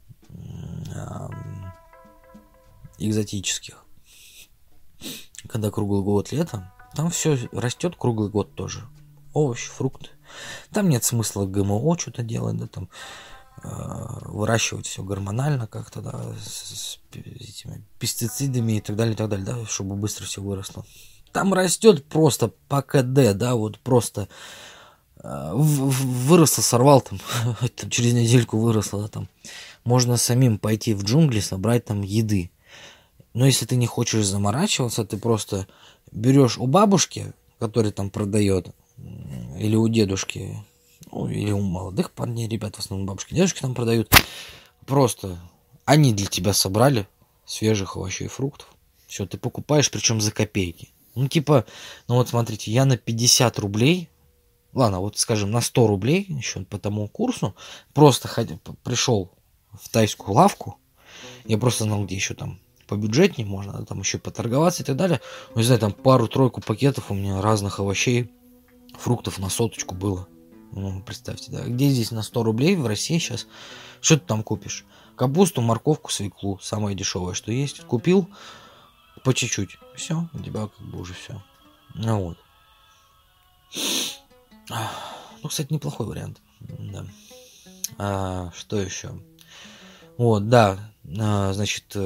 экзотических, когда круглый год лето, там все растет круглый год тоже. Овощи, фрукты. Там нет смысла ГМО что-то делать, да, там выращивать все гормонально как-то, да, с этими пестицидами и так далее, да, чтобы быстро все выросло. Там растет просто по КД, да, вот просто выросло, сорвал там, через недельку выросло, да, там. Можно самим пойти в джунгли, собрать там еды. Но если ты не хочешь заморачиваться, ты просто берешь у бабушки, которая там продает, или у дедушки, ну, или у молодых парней, ребят, в основном бабушки, дедушки там продают, просто они для тебя собрали свежих овощей и фруктов. Все, ты покупаешь, причем за копейки. Ну, типа, ну вот смотрите, я на 50 рублей, ладно, вот скажем, на 100 рублей, еще по тому курсу, просто пришел в тайскую лавку, я просто знал, где еще там побюджетнее можно, да, там еще поторговаться и так далее. Ну, не знаю, там пару-тройку пакетов у меня разных овощей, фруктов на соточку было. Ну, представьте, да. Где здесь на 100 рублей в России сейчас? Что ты там купишь? Капусту, морковку, свеклу. Самое дешевое, что есть. Купил по чуть-чуть. Все, у тебя как бы уже все. Ну вот. Ну, кстати, неплохой вариант. Да. Что еще? Вот, да. Значит,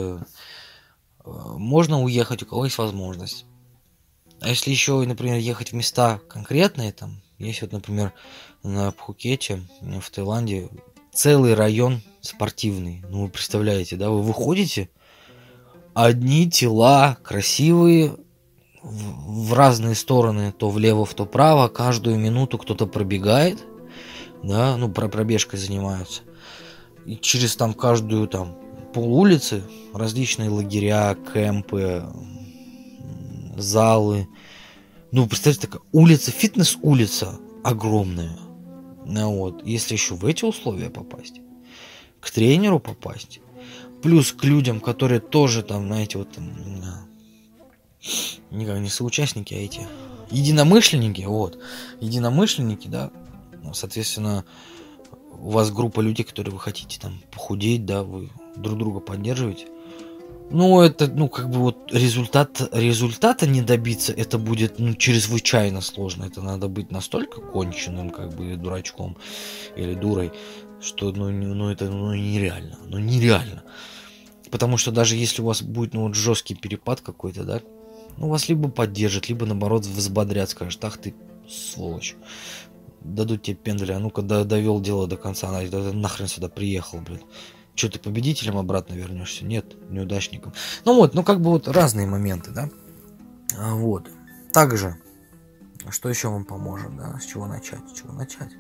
можно уехать, у кого есть возможность. А если еще, например, ехать в места конкретные, там, есть вот, например, на Пхукете, в Таиланде, целый район спортивный. Ну, вы представляете, да, вы выходите, одни тела красивые, в разные стороны, то влево, то вправо, каждую минуту кто-то пробегает, да, ну, пробежкой занимаются. И через там каждую там полулицы различные лагеря, кемпы, залы. Ну, представьте, такая улица, фитнес-улица огромная. Ну, вот. Если еще в эти условия попасть, к тренеру попасть, плюс к людям, которые тоже там, знаете, вот там, никак не соучастники, а эти единомышленники, вот, единомышленники, да, соответственно, у вас группа людей, которые вы хотите там похудеть, да, вы друг друга поддерживаете. Ну, это, ну, как бы вот результата не добиться, это будет, ну, чрезвычайно сложно. Это надо быть настолько конченным, как бы, дурачком или дурой, что, ну это, ну, нереально. Ну, нереально. Потому что даже если у вас будет, ну, вот жесткий перепад какой-то, да, ну, вас либо поддержат, либо, наоборот, взбодрят, скажут, ах ты, сволочь. Дадут тебе пенделя, а ну-ка довел дело до конца, нахрен сюда приехал, блин. Что, ты победителем обратно вернешься? Нет, неудачником. Ну вот, ну как бы вот разные моменты, да. Вот. Также, что еще вам поможет, да? С чего начать? С чего начать?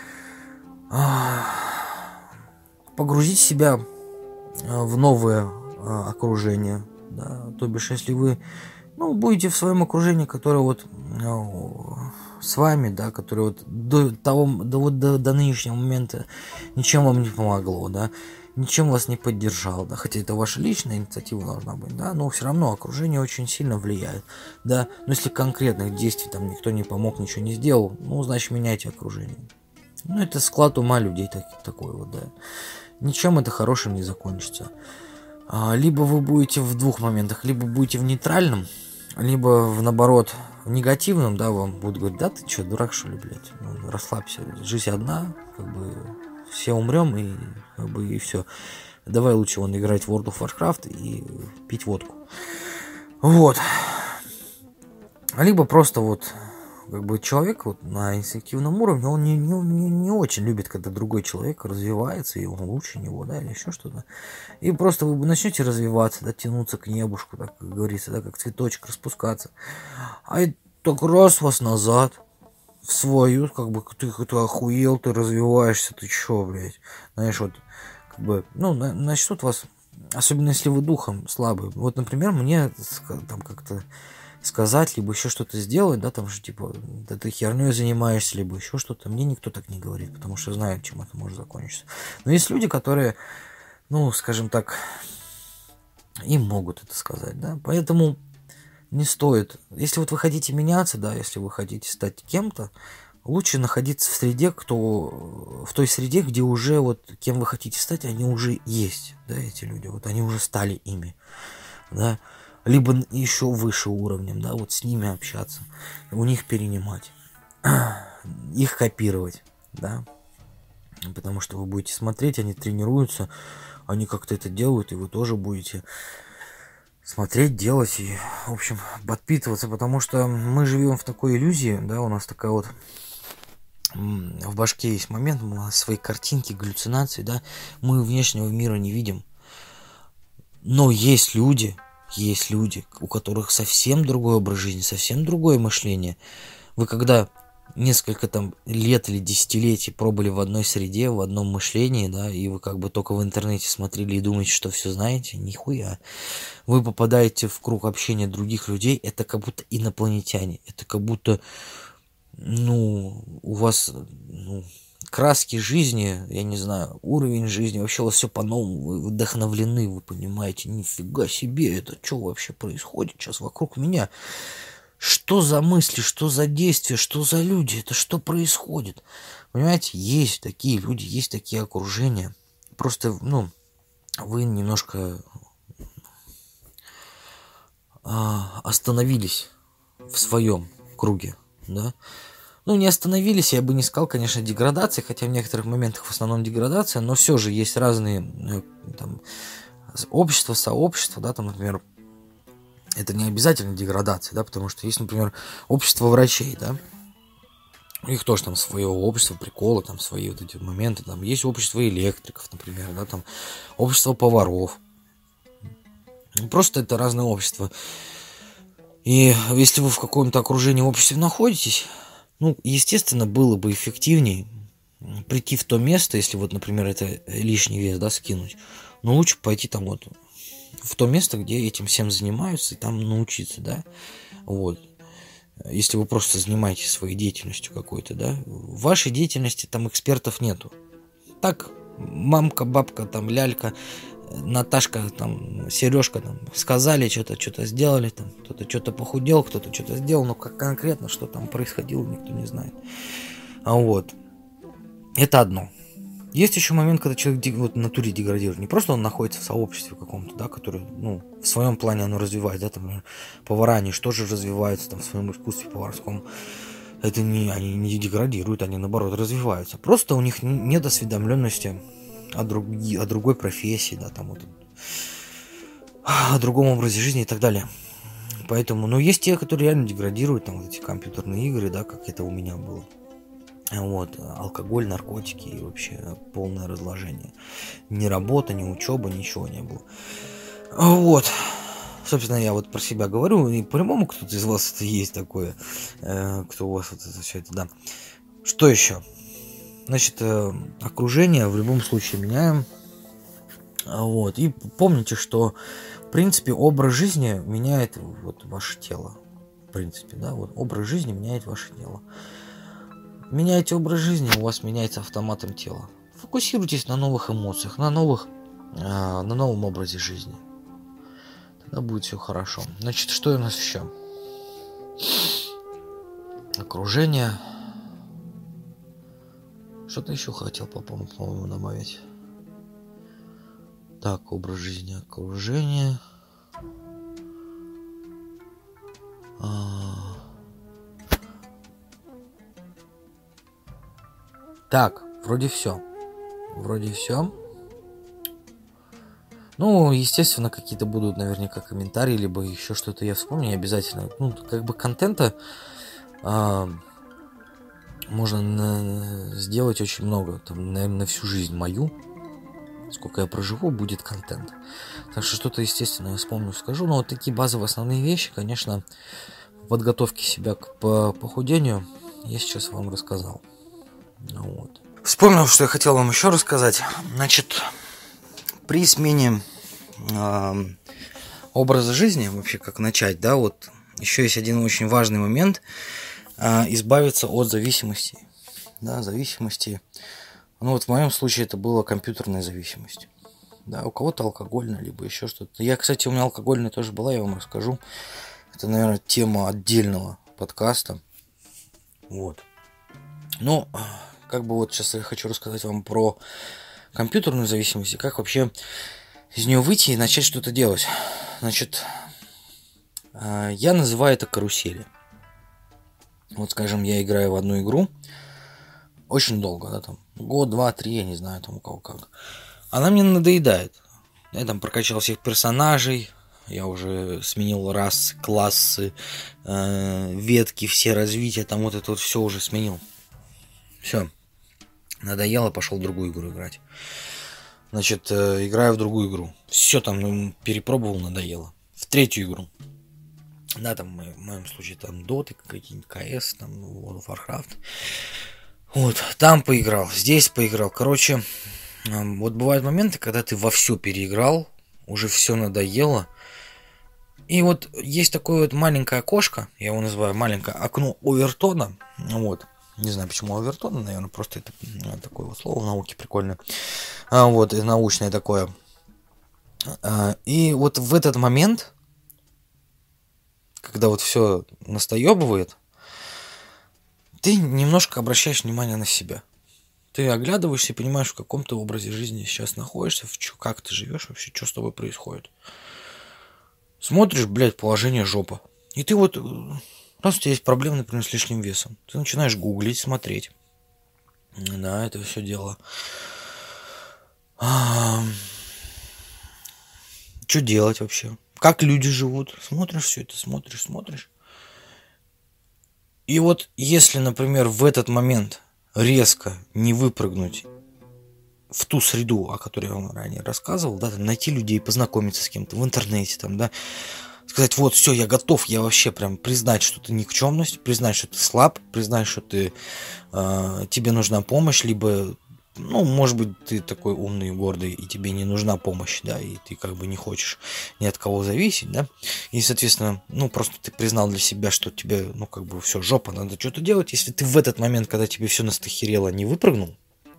Погрузить себя в новые окружение, да, то бишь, если вы, ну, будете в своем окружении, которое вот с вами, да, которое вот до нынешнего момента ничем вам не помогло, да, ничем вас не поддержал, да, хотя это ваша личная инициатива должна быть, да, но все равно окружение очень сильно влияет, да, но если конкретных действий там никто не помог, ничего не сделал, ну, значит, меняйте окружение. Ну, это склад ума людей такой вот, да. Ничем это хорошим не закончится. Либо вы будете в двух моментах, либо будете в нейтральном, либо наоборот в негативном, да, вам будут говорить: да ты чё, дурак, что ли, блядь, ну, расслабься, жизнь одна, как бы все умрем, и как бы и все. Давай лучше вон играть в World of Warcraft и пить водку. Вот. Либо просто вот как бы человек вот на инстинктивном уровне, он не очень любит, когда другой человек развивается, и он лучше него, да, или еще что-то. И просто вы начнете развиваться, да, тянуться к небушку, так как говорится, да, как цветочек распускаться. А это так раз вас назад, в свою, как бы, ты охуел, ты развиваешься, ты чё, блядь. Знаешь, вот, как бы, ну, начнут вас, особенно если вы духом слабый. Вот, например, мне там как-то сказать, либо еще что-то сделать, да, там же, типа, да ты херней занимаешься, либо еще что-то, мне никто так не говорит, потому что знают, чем это может закончиться. Но есть люди, которые, ну, скажем так, им могут это сказать, да, поэтому не стоит. Если вот вы хотите меняться, да, если вы хотите стать кем-то, лучше находиться в среде, в той среде, где уже вот кем вы хотите стать, они уже есть, да, эти люди, вот они уже стали ими, да, либо еще выше уровнем, да, вот с ними общаться, у них перенимать, их копировать, да, потому что вы будете смотреть, они тренируются, они как-то это делают, и вы тоже будете смотреть, делать и, в общем, подпитываться, потому что мы живем в такой иллюзии, да, у нас такая вот в башке есть момент, у нас свои картинки, галлюцинации, да, мы внешнего мира не видим, но есть люди, у которых совсем другой образ жизни, совсем другое мышление. Вы когда несколько там лет или десятилетий пробыли в одной среде, в одном мышлении, да, и вы как бы только в интернете смотрели и думаете, что все знаете, нихуя. Вы попадаете в круг общения других людей, это как будто инопланетяне, это как будто, ну, у вас, ну, краски жизни, я не знаю, уровень жизни, вообще у вас все по-новому, вы вдохновлены, вы понимаете, нифига себе, это что вообще происходит сейчас вокруг меня? Что за мысли, что за действия, что за люди, это что происходит? Понимаете, есть такие люди, есть такие окружения. Просто, ну, вы немножко остановились в своем круге, да? Ну, не остановились, я бы не сказал, конечно, деградации, хотя в некоторых моментах в основном деградация, но все же есть разные там, общества, сообщества, да, там, например, это не обязательно деградация, да, потому что есть, например, общество врачей, да, у них тоже там свое общество, приколы, там свои вот эти моменты, там есть общество электриков, например, да, там общество поваров, просто это разные общества. И если вы в каком-то окружении обществе находитесь, ну, естественно, было бы эффективнее прийти в то место, если вот, например, это лишний вес, да, скинуть, но лучше пойти там вот в то место, где этим всем занимаются, и там научиться, да, вот. Если вы просто занимаетесь своей деятельностью какой-то, да, в вашей деятельности там экспертов нету. Так, мамка, бабка, там, лялька, Наташка, там, Сережка, там, сказали, что-то сделали, там, кто-то что-то похудел, кто-то что-то сделал, но как конкретно, что там происходило, никто не знает. А вот, это одно. Есть еще момент, когда человек вот, в натуре деградирует. Не просто он находится в сообществе каком-то, да, который, ну, в своем плане оно развивается, да, там, например, повара, они что же развиваются там в своем искусстве поварском. Это не, они не деградируют, они наоборот развиваются. Просто у них нет осведомленности о другой профессии, да, там вот, о другом образе жизни и так далее. Поэтому, ну, есть те, которые реально деградируют, там, вот эти компьютерные игры, да, как это у меня было. Вот, алкоголь, наркотики и вообще полное разложение. Ни работа, ни учеба, ничего не было. Вот. Собственно, я вот про себя говорю, и по-любому кто-то из вас это есть такое, кто у вас вот это все это, да. Что еще? Значит, окружение в любом случае меняем. Вот. И помните, что, в принципе, образ жизни меняет вот ваше тело. В принципе, да, вот образ жизни меняет ваше тело. Меняете образ жизни, у вас меняется автоматом тело. Фокусируйтесь на новых эмоциях, на новом образе жизни. Тогда будет все хорошо. Значит, что у нас еще? Окружение. Что-то еще хотел, по-моему, добавить. Так, образ жизни, окружение. Так, вроде все. Ну, естественно, какие-то будут наверняка комментарии, либо еще что-то я вспомню обязательно. Ну, как бы контента можно сделать очень много. Там, наверное, на всю жизнь мою. Сколько я проживу, будет контент. Так что что-то, естественно, я вспомню, скажу. Но вот такие базовые основные вещи, конечно, в подготовке себя к похудению я сейчас вам рассказал. Вот. Вспомнил, что я хотел вам еще рассказать. Значит, при смене образа жизни, вообще как начать, да, вот еще есть один очень важный момент. Избавиться от зависимости. Да, зависимости. Ну вот в моем случае это была компьютерная зависимость. Да, у кого-то алкогольная, либо еще что-то. Я, кстати, у меня алкогольная тоже была, я вам расскажу. Это, наверное, тема отдельного подкаста. Вот. Ну, как бы вот сейчас я хочу рассказать вам про компьютерную зависимость и как вообще из нее выйти и начать что-то делать. Значит, я называю это карусели. Вот, скажем, я играю в одну игру очень долго, да, там, год, два, три, я не знаю, там у кого как. Она мне надоедает. Я там прокачал всех персонажей, я уже сменил расы, классы, ветки, все развития, там вот это вот все уже сменил. Все. Надоело, пошел в другую игру играть. Значит, играю в другую игру. Все там перепробовал, надоело. В третью игру. Да, там в моем случае там доты, какие-нибудь КС, там World of Warcraft. Вот, там поиграл, здесь поиграл. Короче, вот бывают моменты, когда ты во все переиграл, уже все надоело. И вот есть такое вот маленькое окошко, я его называю маленькое окно Овертона. Вот. Не знаю, почему Овертон, наверное, просто это такое вот слово в науке прикольное. Вот, и научное такое. И вот в этот момент, когда вот все настоебывает, ты немножко обращаешь внимание на себя. Ты оглядываешься и понимаешь, в каком ты образе жизни сейчас находишься, как ты живешь вообще, что с тобой происходит. Смотришь, блядь, положение жопа. И ты вот, раз у тебя есть проблемы, например, с лишним весом, ты начинаешь гуглить, смотреть. Да, это все дело. Что делать вообще? Как люди живут? Смотришь все это, смотришь. И вот если, например, в этот момент резко не выпрыгнуть в ту среду, о которой я вам ранее рассказывал, да, там, найти людей, познакомиться с кем-то в интернете, там, да, сказать, вот, все, я готов, я вообще прям признать, что ты никчемность, признать, что ты слаб, признать, что ты, тебе нужна помощь, либо, ну, может быть, ты такой умный и гордый, и тебе не нужна помощь, да, и ты как бы не хочешь ни от кого зависеть, да, и, соответственно, ну, просто ты признал для себя, что тебе, ну, как бы, все, жопа, надо что-то делать, если ты в этот момент, когда тебе все настахерело, не выпрыгнул,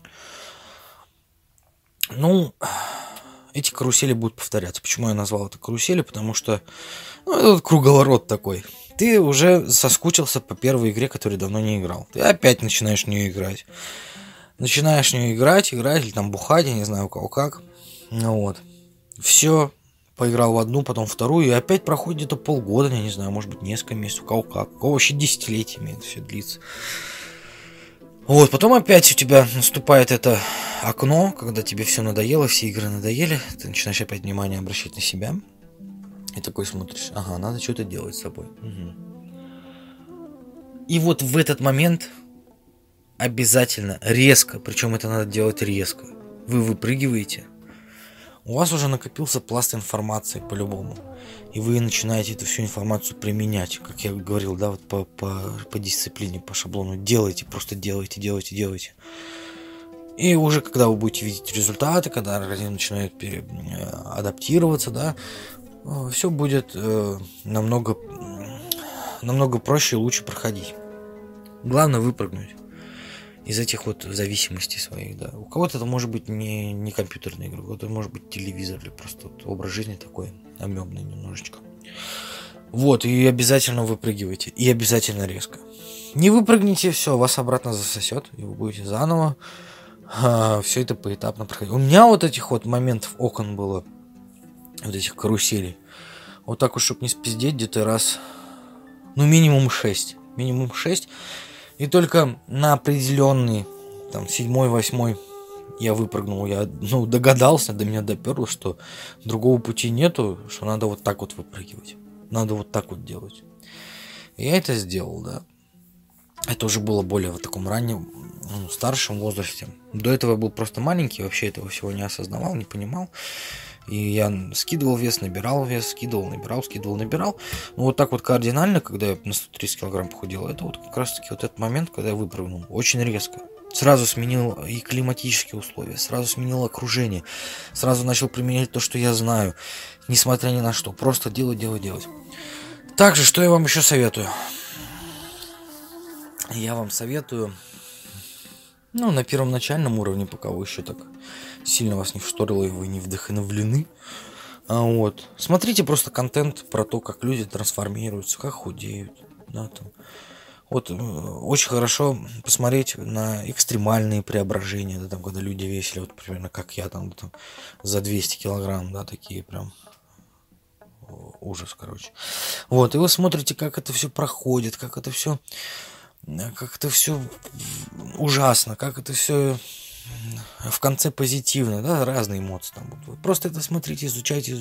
ну, эти карусели будут повторяться. Почему я назвал это карусели? Потому что, ну, это круговорот такой. Ты уже соскучился по первой игре, которой давно не играл. Ты опять начинаешь в нее играть. Начинаешь в нее играть, или там бухать, я не знаю, у кого как. Ну вот. Все. Поиграл в одну, потом вторую, и опять проходит где-то полгода, я не знаю, может быть, несколько месяцев, у кого как. У кого вообще десятилетиями это все длится. Вот, потом опять у тебя наступает это окно, когда тебе все надоело, все игры надоели, ты начинаешь опять внимание обращать на себя. И такой смотришь, ага, надо что-то делать с собой. Угу. И вот в этот момент обязательно резко, причем это надо делать резко, вы выпрыгиваете, у вас уже накопился пласт информации по-любому. И вы начинаете эту всю информацию применять, как я говорил, да, вот по дисциплине, по шаблону. Делайте, просто делайте. И уже когда вы будете видеть результаты, когда организм начинает адаптироваться, да, все будет намного проще и лучше проходить. Главное выпрыгнуть из этих вот зависимостей своих, да. У кого-то это может быть не компьютерная игра, у кого-то может быть телевизор или просто вот образ жизни такой амебный немножечко. Вот, и обязательно выпрыгивайте, и обязательно резко. Не выпрыгните, все, вас обратно засосет, и вы будете заново все это поэтапно проходить. У меня вот этих вот моментов окон было, вот этих каруселей, вот так вот, чтобы не спиздеть, где-то раз, ну, минимум 6. И только на определенный, там, 7-8 я выпрыгнул, я, догадался, до меня доперло, что другого пути нету, что надо вот так вот выпрыгивать. Надо вот так вот делать. И я это сделал, да. Это уже было более в таком раннем, старшем возрасте. До этого я был просто маленький, вообще этого всего не осознавал, не понимал. И я скидывал вес, набирал вес, скидывал, набирал. Но вот так вот кардинально, когда я на 130 килограмм похудел, это вот как раз таки вот этот момент, когда я выпрыгнул. Очень резко. Сразу сменил и климатические условия, сразу сменил окружение, сразу начал применять то, что я знаю, несмотря ни на что. Просто делать. Также, что я вам еще советую? Я вам советую, на первоначальном уровне, пока вы еще так сильно вас не вшторило и вы не вдохновлены, смотрите просто контент про то, как люди трансформируются, как худеют, да, там. Вот очень хорошо посмотреть на экстремальные преображения, да, там, когда люди весили, вот примерно как я, там за 200 килограмм, да, такие прям ужас, короче. Вот, и вы смотрите, как это все проходит, как это все ужасно, как это все в конце позитивно, да, разные эмоции там будут. Вы просто это смотрите, изучайте,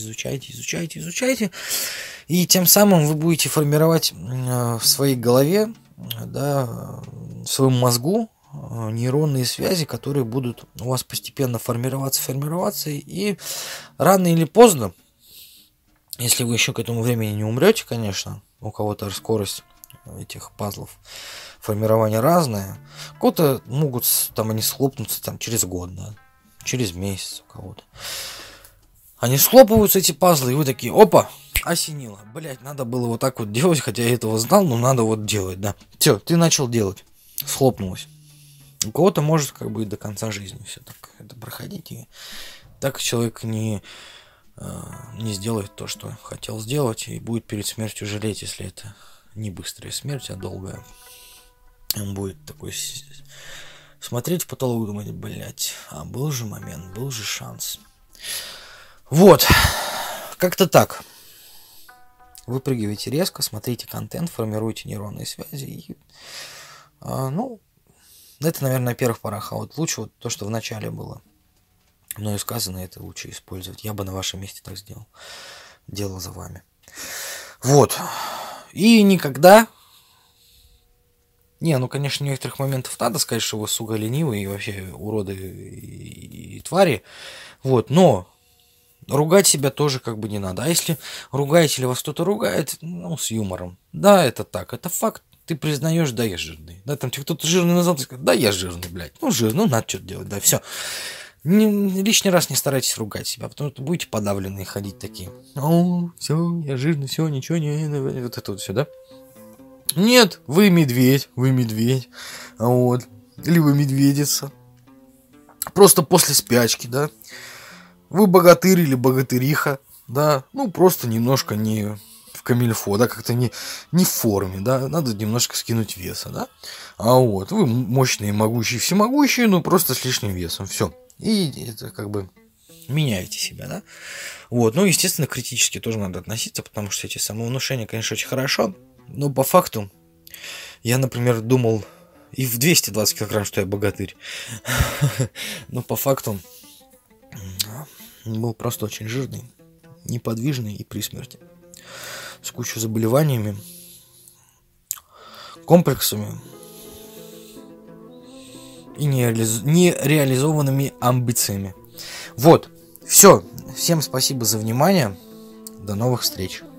и тем самым вы будете формировать в своей голове, да, в своем мозгу нейронные связи, которые будут у вас постепенно формироваться, и рано или поздно, если вы еще к этому времени не умрете, конечно, у кого-то скорость этих пазлов формирования разная. У кого-то могут там они схлопнуться там через год, да, через месяц у кого-то. Они схлопываются, эти пазлы, и вы такие, опа, осенило. Блять, надо было вот так вот делать, хотя я этого знал, но надо вот делать, да. Все, ты начал делать. Схлопнулось. У кого-то может как бы и до конца жизни все так это проходить. И так человек не сделает то, что хотел сделать, и будет перед смертью жалеть, если это не быстрая смерть, а долгая. Он будет такой смотреть в потолок и думать, блять, а был же момент, был же шанс. Вот, как-то так. Выпрыгивайте резко, смотрите контент, формируйте нейронные связи. И, это, наверное, на первых порах. А вот лучше вот то, что в начале было мною сказано, это лучше использовать. Я бы на вашем месте так сделал. Делал за вами. Вот. И никогда... конечно, в некоторых моментах надо сказать, что вы, сука, ленивые и вообще уроды и твари. Вот, но ругать себя тоже как бы не надо. А если ругаете или вас кто-то ругает, с юмором. Да, это так, это факт. Ты признаешь, да, я жирный. Да, там тебе кто-то жирный назвал, ты скажешь, да, я жирный, блядь. Жирный, надо что-то делать, да, все. Лишний раз не старайтесь ругать себя, потому что будете подавленные ходить такие. Все, я жирный, все, ничего не... Вот это вот все, да? Нет, вы медведь, вот. Или вы медведица. Просто после спячки, да? Вы богатырь или богатыриха, да? Просто немножко не в камильфо, да, как-то не в форме, да? Надо немножко скинуть веса, да? Вот, вы мощные, могучие, всемогущие, просто с лишним весом, все. И это как бы меняете себя, да? Вот, естественно, критически тоже надо относиться, потому что эти самовнушения, конечно, очень хорошо, но по факту я, например, думал и в 220 килограмм, что я богатырь. Но по факту был просто очень жирный, неподвижный и при смерти. С кучей заболеваниями, комплексами и нереализованными амбициями. Вот, все. Всем спасибо за внимание. До новых встреч.